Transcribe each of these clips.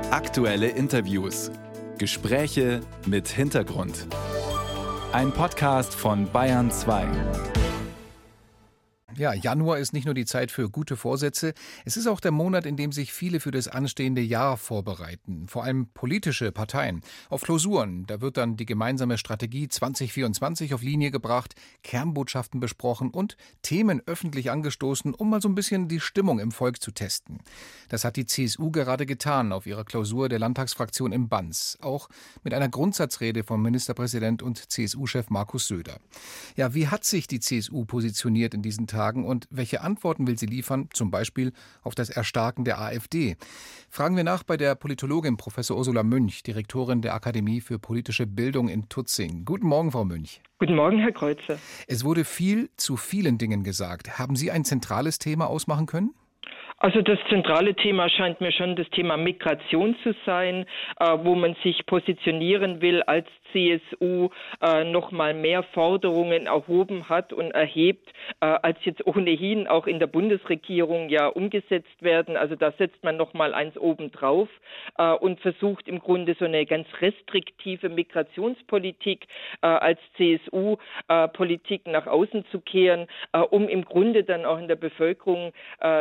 Aktuelle Interviews. Gespräche mit Hintergrund. Ein Podcast von Bayern 2. Ja, Januar ist nicht nur die Zeit für gute Vorsätze, es ist auch der Monat, in dem sich viele für das anstehende Jahr vorbereiten, vor allem politische Parteien. Auf Klausuren, da wird dann die gemeinsame Strategie 2024 auf Linie gebracht, Kernbotschaften besprochen und Themen öffentlich angestoßen, um mal so ein bisschen die Stimmung im Volk zu testen. Das hat die CSU gerade getan auf ihrer Klausur der Landtagsfraktion in Banz, auch mit einer Grundsatzrede vom Ministerpräsident und CSU-Chef Markus Söder. Ja, wie hat sich die CSU positioniert in diesen Tagen und welche Antworten will sie liefern, zum Beispiel auf das Erstarken der AfD? Fragen wir nach bei der Politologin Professor Ursula Münch, Direktorin der Akademie für politische Bildung in Tutzing. Guten Morgen, Frau Münch. Guten Morgen, Herr Kreuzer. Es wurde viel zu vielen Dingen gesagt. Haben Sie ein zentrales Thema ausmachen können? Also das zentrale Thema scheint mir schon das Thema Migration zu sein, wo man sich positionieren will als CSU, noch mal mehr Forderungen erhoben hat und erhebt, als jetzt ohnehin auch in der Bundesregierung ja umgesetzt werden. Also da setzt man noch mal eins obendrauf und versucht im Grunde so eine ganz restriktive Migrationspolitik als CSU-Politik nach außen zu kehren, um im Grunde dann auch in der Bevölkerung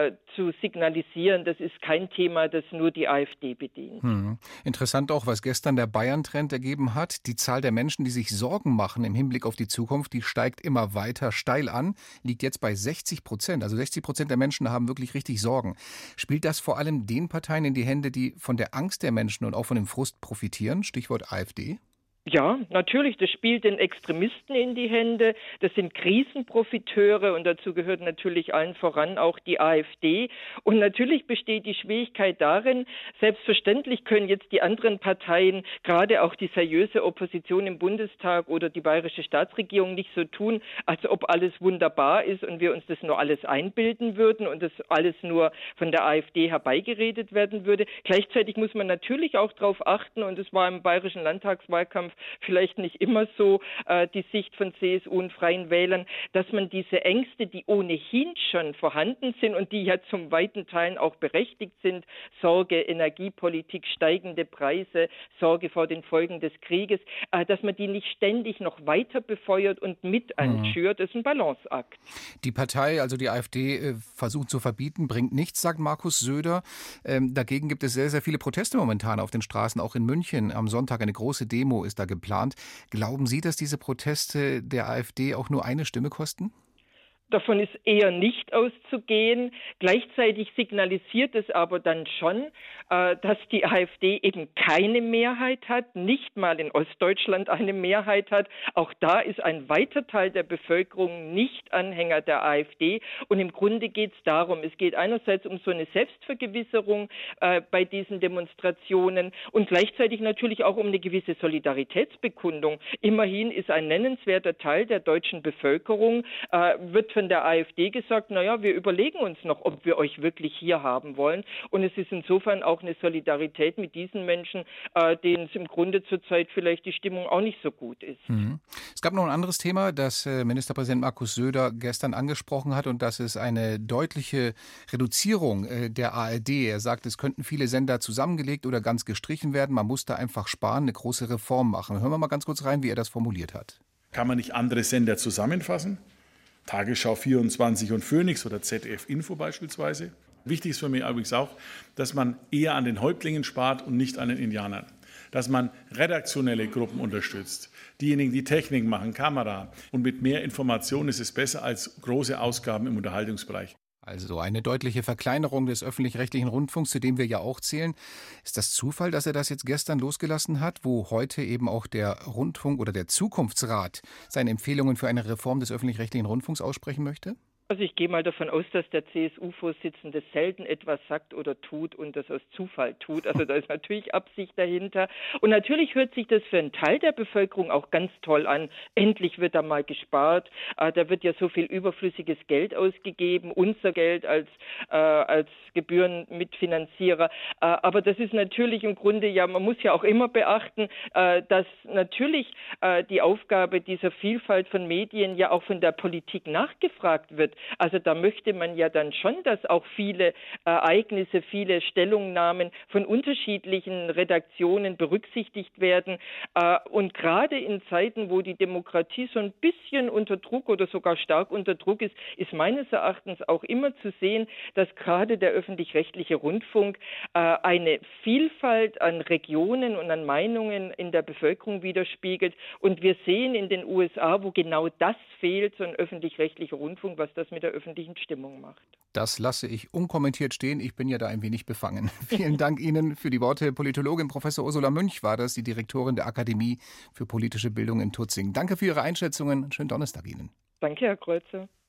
zu signalisieren, das ist kein Thema, das nur die AfD bedient. Interessant auch, was gestern der Bayern-Trend ergeben hat. Die Zahl der Menschen, die sich Sorgen machen im Hinblick auf die Zukunft, die steigt immer weiter steil an, liegt jetzt bei 60%. Also 60% der Menschen haben wirklich richtig Sorgen. Spielt das vor allem den Parteien in die Hände, die von der Angst der Menschen und auch von dem Frust profitieren? Stichwort AfD? Ja, natürlich, das spielt den Extremisten in die Hände. Das sind Krisenprofiteure und dazu gehört natürlich allen voran auch die AfD. Und natürlich besteht die Schwierigkeit darin, selbstverständlich können jetzt die anderen Parteien, gerade auch die seriöse Opposition im Bundestag oder die bayerische Staatsregierung nicht so tun, als ob alles wunderbar ist und wir uns das nur alles einbilden würden und das alles nur von der AfD herbeigeredet werden würde. Gleichzeitig muss man natürlich auch darauf achten, und es war im bayerischen Landtagswahlkampf vielleicht nicht immer so die Sicht von CSU und Freien Wählern, dass man diese Ängste, die ohnehin schon vorhanden sind und die ja zum weiten Teilen auch berechtigt sind, Sorge, Energiepolitik, steigende Preise, Sorge vor den Folgen des Krieges, dass man die nicht ständig noch weiter befeuert und mit anschürt. Das ist ein Balanceakt. Die Partei, also die AfD, versucht zu verbieten, bringt nichts, sagt Markus Söder. Dagegen gibt es sehr, sehr viele Proteste momentan auf den Straßen, auch in München. Am Sonntag eine große Demo ist da geplant. Glauben Sie, dass diese Proteste der AfD auch nur eine Stimme kosten? Davon ist eher nicht auszugehen. Gleichzeitig signalisiert es aber dann schon, dass die AfD eben keine Mehrheit hat, nicht mal in Ostdeutschland eine Mehrheit hat. Auch da ist ein weiter Teil der Bevölkerung nicht Anhänger der AfD. Und im Grunde geht es darum, es geht einerseits um so eine Selbstvergewisserung bei diesen Demonstrationen und gleichzeitig natürlich auch um eine gewisse Solidaritätsbekundung. Immerhin ist ein nennenswerter Teil der deutschen Bevölkerung, wird von der AfD gesagt, naja, wir überlegen uns noch, ob wir euch wirklich hier haben wollen. Und es ist insofern auch eine Solidarität mit diesen Menschen, denen es im Grunde zurzeit vielleicht die Stimmung auch nicht so gut ist. Es gab noch ein anderes Thema, das Ministerpräsident Markus Söder gestern angesprochen hat, und das ist eine deutliche Reduzierung der ARD. Er sagt, es könnten viele Sender zusammengelegt oder ganz gestrichen werden. Man muss da einfach sparen, eine große Reform machen. Hören wir mal ganz kurz rein, wie er das formuliert hat. Kann man nicht andere Sender zusammenfassen? Tagesschau 24 und Phoenix oder ZDF Info beispielsweise. Wichtig ist für mich übrigens auch, dass man eher an den Häuptlingen spart und nicht an den Indianern. Dass man redaktionelle Gruppen unterstützt, diejenigen, die Technik machen, Kamera. Und mit mehr Information ist es besser als große Ausgaben im Unterhaltungsbereich. Also eine deutliche Verkleinerung des öffentlich-rechtlichen Rundfunks, zu dem wir ja auch zählen. Ist das Zufall, dass er das jetzt gestern losgelassen hat, wo heute eben auch der Rundfunk oder der Zukunftsrat seine Empfehlungen für eine Reform des öffentlich-rechtlichen Rundfunks aussprechen möchte? Also ich gehe mal davon aus, dass der CSU-Vorsitzende selten etwas sagt oder tut und das aus Zufall tut. Also da ist natürlich Absicht dahinter. Und natürlich hört sich das für einen Teil der Bevölkerung auch ganz toll an. Endlich wird da mal gespart. Da wird ja so viel überflüssiges Geld ausgegeben, unser Geld als Gebührenmitfinanzierer. Aber das ist natürlich im Grunde, ja, man muss ja auch immer beachten, dass natürlich die Aufgabe dieser Vielfalt von Medien ja auch von der Politik nachgefragt wird. Also da möchte man ja dann schon, dass auch viele Ereignisse, viele Stellungnahmen von unterschiedlichen Redaktionen berücksichtigt werden. Und gerade in Zeiten, wo die Demokratie so ein bisschen unter Druck oder sogar stark unter Druck ist, ist meines Erachtens auch immer zu sehen, dass gerade der öffentlich-rechtliche Rundfunk eine Vielfalt an Regionen und an Meinungen in der Bevölkerung widerspiegelt. Und wir sehen in den USA, wo genau das fehlt, so ein öffentlich-rechtlicher Rundfunk, was das mit der öffentlichen Stimmung macht. Das lasse ich unkommentiert stehen. Ich bin ja da ein wenig befangen. Vielen Dank Ihnen für die Worte. Politologin Professor Ursula Münch war das, die Direktorin der Akademie für politische Bildung in Tutzing. Danke für Ihre Einschätzungen. Schönen Donnerstag Ihnen. Danke, Herr Kreuzer.